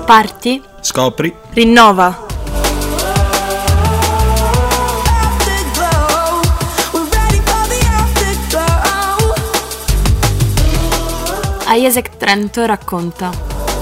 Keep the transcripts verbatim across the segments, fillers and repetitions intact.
Parti, scopri, rinnova. IESEC Trento racconta.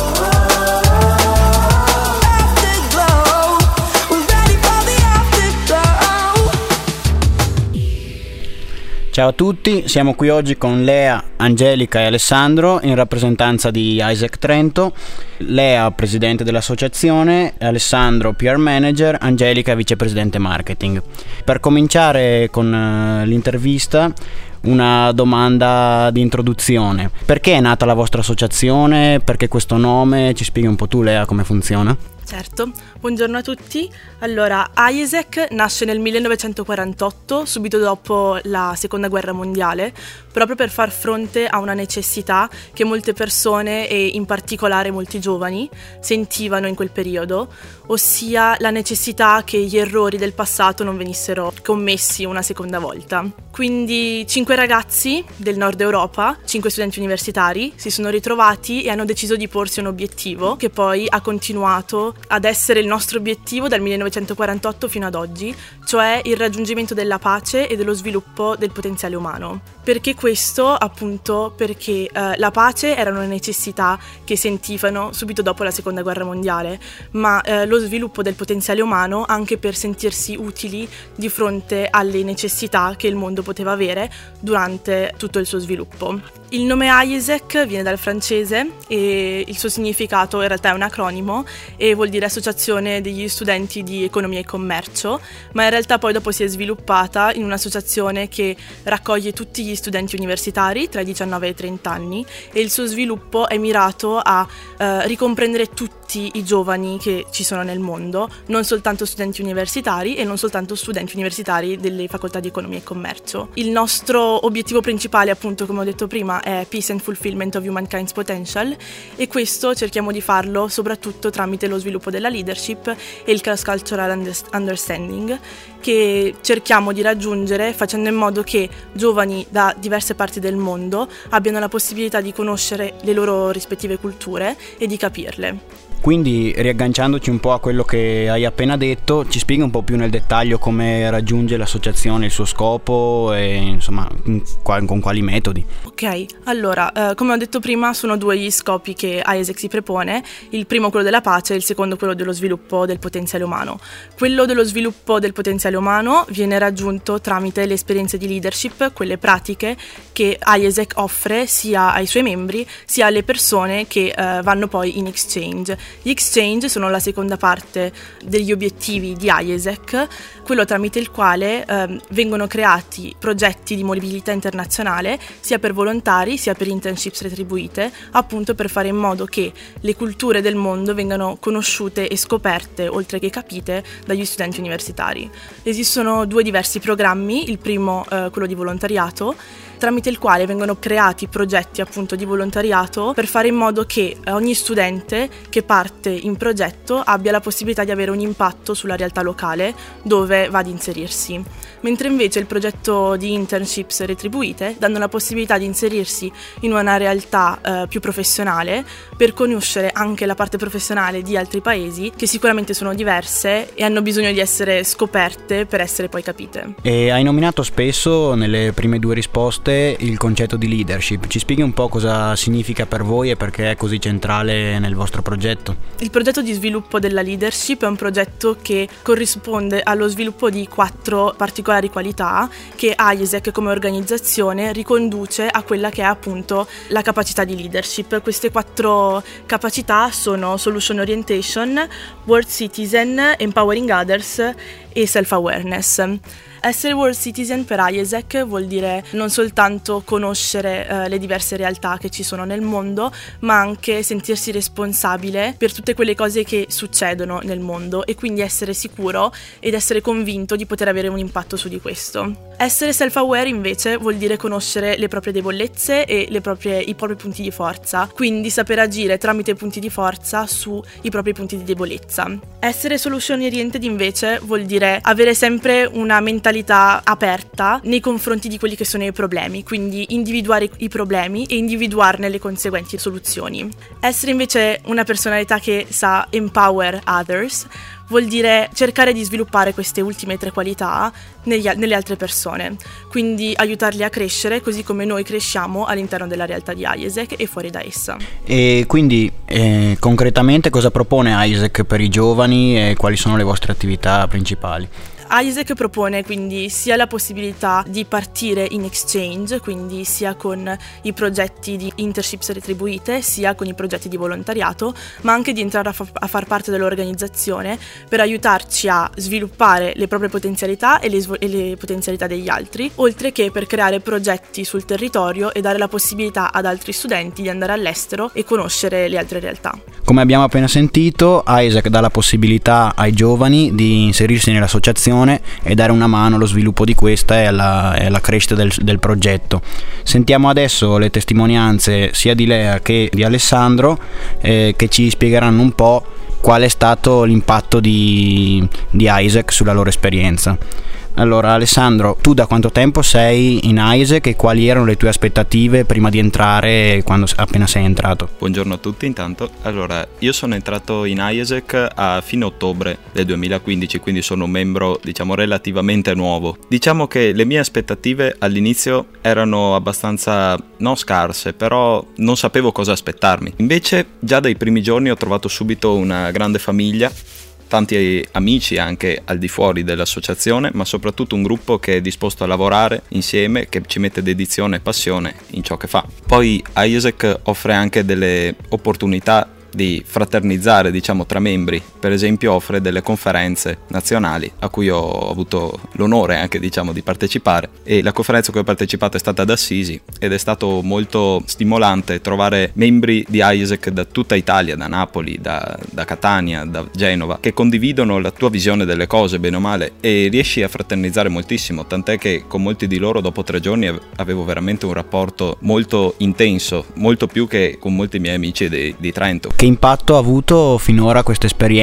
Ciao a tutti, siamo qui oggi con Lea, Angelica e Alessandro in rappresentanza di IESEC Trento. Lea, presidente dell'associazione, Alessandro P R manager, Angelica vicepresidente marketing. Per cominciare con uh, l'intervista, una domanda di introduzione. Perché è nata la vostra associazione? Perché questo nome? Ci spieghi un po' tu, Lea, come funziona? Certo, buongiorno a tutti. Allora, IESEC nasce nel millenovecentoquarantotto, subito dopo la Seconda Guerra Mondiale, proprio per far fronte a una necessità che molte persone, e in particolare molti giovani, sentivano in quel periodo, ossia la necessità che gli errori del passato non venissero commessi una seconda volta. Quindi cinque ragazzi del nord Europa, cinque studenti universitari, si sono ritrovati e hanno deciso di porsi un obiettivo che poi ha continuato ad essere il nostro obiettivo dal millenovecentoquarantotto fino ad oggi, cioè il raggiungimento della pace e dello sviluppo del potenziale umano. Perché questo? Appunto perché eh, la pace era una necessità che sentivano subito dopo la Seconda Guerra Mondiale, ma eh, lo sviluppo del potenziale umano anche per sentirsi utili di fronte alle necessità che il mondo poteva avere durante tutto il suo sviluppo. Il nome IESEC viene dal francese e il suo significato in realtà è un acronimo e vuol dire Associazione degli Studenti di Economia e Commercio, ma in realtà poi dopo si è sviluppata in un'associazione che raccoglie tutti gli studenti universitari tra i diciannove e i trenta anni e il suo sviluppo è mirato a eh, ricomprendere tutti i giovani che ci sono nel mondo, non soltanto studenti universitari e non soltanto studenti universitari delle facoltà di Economia e Commercio. Il nostro obiettivo principale, appunto, come ho detto prima, è Peace and Fulfillment of Humankind's Potential e questo cerchiamo di farlo soprattutto tramite lo sviluppo della leadership e il cross-cultural understanding che cerchiamo di raggiungere facendo in modo che giovani da diverse parti del mondo abbiano la possibilità di conoscere le loro rispettive culture e di capirle. Quindi, riagganciandoci un po' a quello che hai appena detto, ci spieghi un po' più nel dettaglio come raggiunge l'associazione il suo scopo e insomma con quali metodi? Ok, allora, eh, come ho detto prima, sono due gli scopi che IESEC si prepone, il primo quello della pace e il secondo quello dello sviluppo del potenziale umano. Quello dello sviluppo del potenziale umano viene raggiunto tramite le esperienze di leadership, quelle pratiche che IESEC offre sia ai suoi membri sia alle persone che eh, vanno poi in exchange. Gli exchange sono la seconda parte degli obiettivi di IESEC, quello tramite il quale eh, vengono creati progetti di mobilità internazionale sia per volontari sia per internships retribuite, appunto per fare in modo che le culture del mondo vengano conosciute e scoperte, oltre che capite, dagli studenti universitari. Esistono due diversi programmi, il primo eh, quello di volontariato, tramite il quale vengono creati progetti appunto di volontariato per fare in modo che ogni studente che parte in progetto abbia la possibilità di avere un impatto sulla realtà locale dove va ad inserirsi. Mentre invece il progetto di internships retribuite danno la possibilità di inserirsi in una realtà eh, più professionale per conoscere anche la parte professionale di altri paesi che sicuramente sono diverse e hanno bisogno di essere scoperte per essere poi capite. E hai nominato spesso nelle prime due risposte il concetto di leadership. Ci spieghi un po' cosa significa per voi e perché è così centrale nel vostro progetto? Il progetto di sviluppo della leadership è un progetto che corrisponde allo sviluppo di quattro particolari qualità che IESEC come organizzazione riconduce a quella che è appunto la capacità di leadership. Queste quattro capacità sono Solution Orientation, World Citizen, Empowering Others e Self-Awareness. Essere world citizen per IESEC vuol dire non soltanto conoscere eh, le diverse realtà che ci sono nel mondo, ma anche sentirsi responsabile per tutte quelle cose che succedono nel mondo e quindi essere sicuro ed essere convinto di poter avere un impatto su di questo. Essere self-aware invece vuol dire conoscere le proprie debolezze e le proprie, i propri punti di forza, quindi saper agire tramite punti di forza sui propri punti di debolezza. Essere solution oriented invece vuol dire avere sempre una mentalità aperta nei confronti di quelli che sono i problemi, quindi individuare i problemi e individuarne le conseguenti soluzioni. Essere invece una personalità che sa empower others vuol dire cercare di sviluppare queste ultime tre qualità negli, nelle altre persone, quindi aiutarli a crescere così come noi cresciamo all'interno della realtà di IESEC e fuori da essa. E quindi eh, concretamente cosa propone IESEC per i giovani e quali sono le vostre attività principali? IESEC propone quindi sia la possibilità di partire in exchange, quindi sia con i progetti di internships retribuite, sia con i progetti di volontariato, ma anche di entrare a, fa- a far parte dell'organizzazione per aiutarci a sviluppare le proprie potenzialità e le, svo- e le potenzialità degli altri, oltre che per creare progetti sul territorio e dare la possibilità ad altri studenti di andare all'estero e conoscere le altre realtà. Come abbiamo appena sentito, IESEC dà la possibilità ai giovani di inserirsi nell'associazione e dare una mano allo sviluppo di questa e alla, e alla crescita del, del progetto. Sentiamo adesso le testimonianze sia di Lea che di Alessandro eh, che ci spiegheranno un po' qual è stato l'impatto di, di IESEC sulla loro esperienza. Allora Alessandro, tu da quanto tempo sei in IESEC e quali erano le tue aspettative prima di entrare, quando appena sei entrato? Buongiorno a tutti intanto. Allora, io sono entrato in IESEC a fine ottobre del duemilaquindici, quindi sono un membro diciamo relativamente nuovo. Diciamo che le mie aspettative all'inizio erano abbastanza non scarse, però non sapevo cosa aspettarmi. Invece già dai primi giorni ho trovato subito una grande famiglia, tanti amici anche al di fuori dell'associazione, ma soprattutto un gruppo che è disposto a lavorare insieme, che ci mette dedizione e passione in ciò che fa. Poi IESEC offre anche delle opportunità di fraternizzare diciamo tra membri, per esempio offre delle conferenze nazionali a cui ho avuto l'onore anche diciamo di partecipare, e la conferenza a cui ho partecipato è stata ad Assisi ed è stato molto stimolante trovare membri di IESEC da tutta Italia, da Napoli, da, da Catania, da Genova, che condividono la tua visione delle cose bene o male, e riesci a fraternizzare moltissimo, tant'è che con molti di loro dopo tre giorni avevo veramente un rapporto molto intenso, molto più che con molti miei amici di, di Trento. Che impatto ha avuto finora questa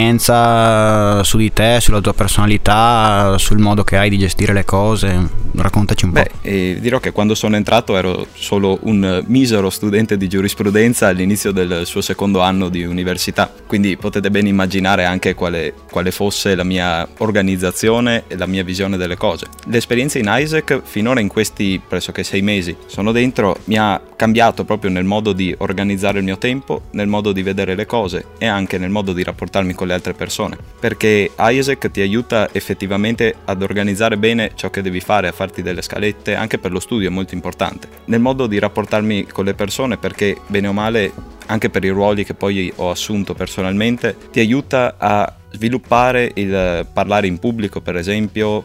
esperienza su di te, sulla tua personalità, sul modo che hai di gestire le cose? Raccontaci un po'. Beh, eh, dirò che quando sono entrato ero solo un misero studente di giurisprudenza all'inizio del suo secondo anno di università, quindi potete ben immaginare anche quale, quale fosse la mia organizzazione e la mia visione delle cose. L'esperienza in IESEC finora, in questi pressoché sei mesi sono dentro, mi ha cambiato proprio nel modo di organizzare il mio tempo, nel modo di vedere le cose e anche nel modo di rapportarmi con le altre persone, perché IESEC ti aiuta effettivamente ad organizzare bene ciò che devi fare, a farti delle scalette, anche per lo studio è molto importante, nel modo di rapportarmi con le persone, perché bene o male anche per i ruoli che poi ho assunto personalmente ti aiuta a sviluppare il parlare in pubblico, per esempio,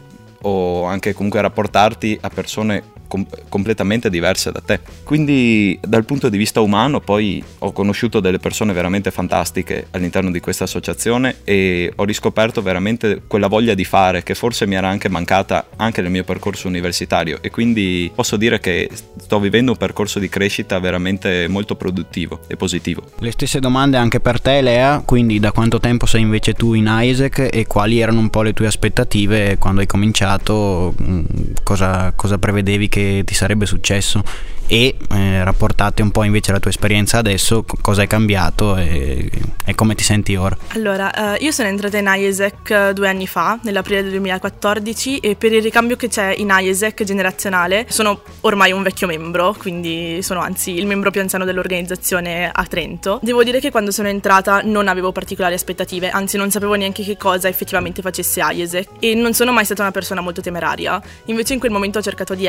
o anche comunque a rapportarti a persone com- completamente diverse da te. Quindi dal punto di vista umano poi ho conosciuto delle persone veramente fantastiche all'interno di questa associazione e ho riscoperto veramente quella voglia di fare che forse mi era anche mancata anche nel mio percorso universitario, e quindi posso dire che sto vivendo un percorso di crescita veramente molto produttivo e positivo. Le stesse domande anche per te, Lea, quindi da quanto tempo sei invece tu in IESEC e quali erano un po' le tue aspettative quando hai cominciato, cosa, cosa prevedevi che ti sarebbe successo, e eh, rapportate un po' invece la tua esperienza adesso, cosa è cambiato e, e come ti senti ora. Allora, eh, io sono entrata in IESEC due anni fa, nell'aprile del duemilaquattordici, e per il ricambio che c'è in IESEC generazionale sono ormai un vecchio membro, quindi sono anzi il membro più anziano dell'organizzazione a Trento. Devo dire che quando sono entrata non avevo particolari aspettative, anzi non sapevo neanche che cosa effettivamente facesse IESEC, e non sono mai stata una persona molto temeraria, invece in quel momento ho cercato di esserlo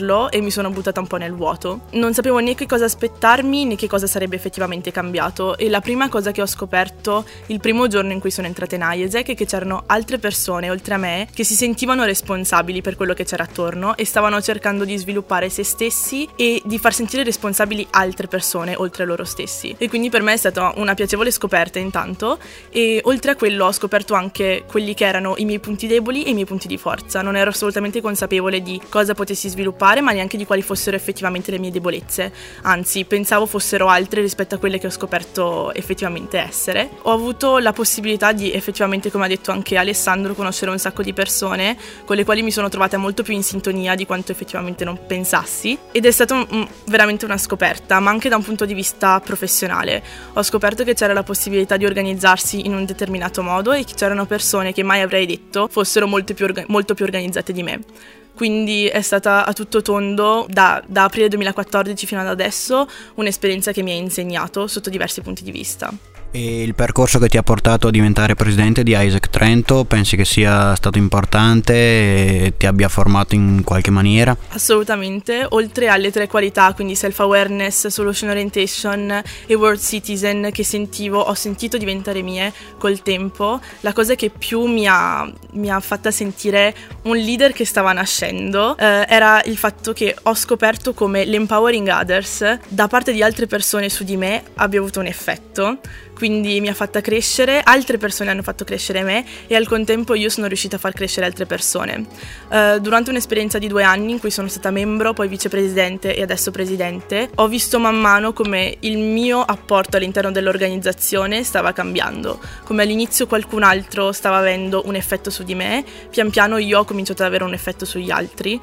saperlo e mi sono buttata un po' nel vuoto. Non sapevo né che cosa aspettarmi né che cosa sarebbe effettivamente cambiato, e la prima cosa che ho scoperto il primo giorno in cui sono entrata in IESEC è che c'erano altre persone oltre a me che si sentivano responsabili per quello che c'era attorno e stavano cercando di sviluppare se stessi e di far sentire responsabili altre persone oltre a loro stessi. E quindi per me è stata una piacevole scoperta intanto, e oltre a quello ho scoperto anche quelli che erano i miei punti deboli e i miei punti di forza. Non ero assolutamente consapevole di cosa potessi sviluppare, ma neanche di quali fossero effettivamente le mie debolezze, anzi pensavo fossero altre rispetto a quelle che ho scoperto effettivamente essere. Ho avuto la possibilità di effettivamente, come ha detto anche Alessandro, conoscere un sacco di persone con le quali mi sono trovata molto più in sintonia di quanto effettivamente non pensassi, ed è stata un, veramente una scoperta, ma anche da un punto di vista professionale. Ho scoperto che c'era la possibilità di organizzarsi in un determinato modo e che c'erano persone che mai avrei detto fossero molto più, orga- molto più organizzate di me. Quindi è stata a tutto tondo, da, da aprile duemilaquattordici fino ad adesso, un'esperienza che mi ha insegnato sotto diversi punti di vista. E il percorso che ti ha portato a diventare presidente di ISEC Trento, pensi che sia stato importante e ti abbia formato in qualche maniera? Assolutamente, oltre alle tre qualità, quindi self-awareness, solution orientation e world citizen, che sentivo, ho sentito diventare mie col tempo, la cosa che più mi ha, mi ha fatta sentire un leader che stava nascendo eh, era il fatto che ho scoperto come l'empowering others da parte di altre persone su di me abbia avuto un effetto. Quindi mi ha fatta crescere, altre persone hanno fatto crescere me e al contempo io sono riuscita a far crescere altre persone. Uh, durante un'esperienza di due anni in cui sono stata membro, poi vicepresidente e adesso presidente, ho visto man mano come il mio apporto all'interno dell'organizzazione stava cambiando, come all'inizio qualcun altro stava avendo un effetto su di me, pian piano io ho cominciato ad avere un effetto sugli altri,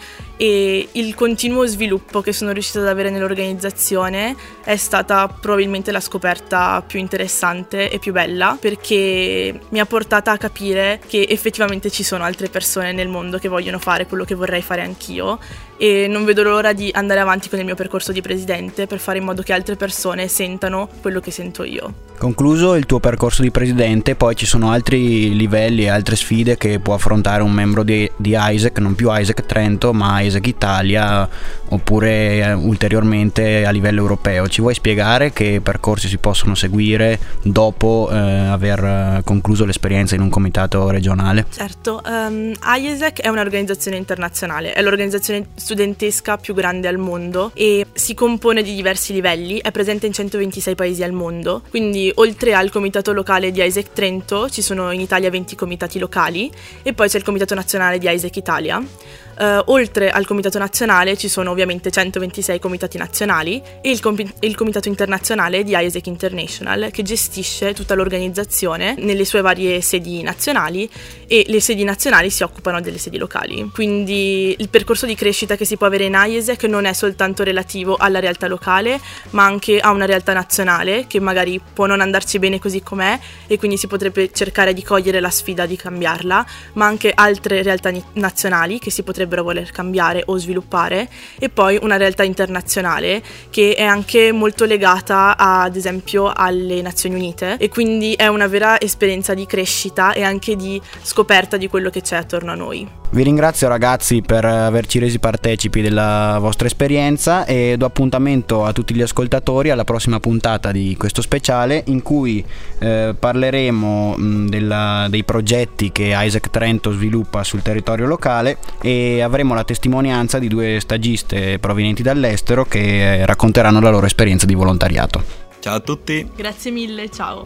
e il continuo sviluppo che sono riuscita ad avere nell'organizzazione è stata probabilmente la scoperta più interessante e più bella, perché mi ha portata a capire che effettivamente ci sono altre persone nel mondo che vogliono fare quello che vorrei fare anch'io, e non vedo l'ora di andare avanti con il mio percorso di presidente per fare in modo che altre persone sentano quello che sento io. Concluso il tuo percorso di presidente, poi ci sono altri livelli e altre sfide che può affrontare un membro di, di ISEC, non più ISEC Trento ma ISEC Italia, oppure eh, ulteriormente a livello europeo. Ci vuoi spiegare che percorsi si possono seguire dopo eh, aver concluso l'esperienza in un comitato regionale? Certo, um, ISEC è un'organizzazione internazionale, è l'organizzazione studentesca più grande al mondo e si compone di diversi livelli, è presente in centoventisei paesi al mondo, quindi oltre al comitato locale di ISEC Trento ci sono in Italia venti comitati locali e poi c'è il comitato nazionale di ISEC Italia. Uh, oltre al comitato nazionale ci sono ovviamente centoventisei comitati nazionali e il, com- il comitato internazionale di ISEC International, che gestisce tutta l'organizzazione nelle sue varie sedi nazionali, e le sedi nazionali si occupano delle sedi locali. Quindi il percorso di crescita che si può avere in ISEC non è soltanto relativo alla realtà locale, ma anche a una realtà nazionale che magari può non andarci bene così com'è, e quindi si potrebbe cercare di cogliere la sfida di cambiarla, ma anche altre realtà ni- nazionali che si potrebbero voler cambiare o sviluppare, e poi una realtà internazionale che è anche molto legata ad esempio alle Nazioni Unite, e quindi è una vera esperienza di crescita e anche di scoperta di quello che c'è attorno a noi. Vi ringrazio ragazzi per averci resi partecipi della vostra esperienza e do appuntamento a tutti gli ascoltatori alla prossima puntata di questo speciale, in cui eh, parleremo mh, della, dei progetti che ISEC Trento sviluppa sul territorio locale, e avremo la testimonianza di due stagiste provenienti dall'estero che racconteranno la loro esperienza di volontariato. Ciao a tutti. Grazie mille, ciao.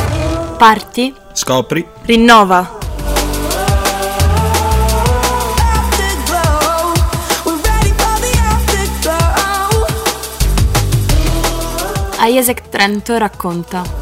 Parti. Scopri. Rinnova. ISEC Trento racconta.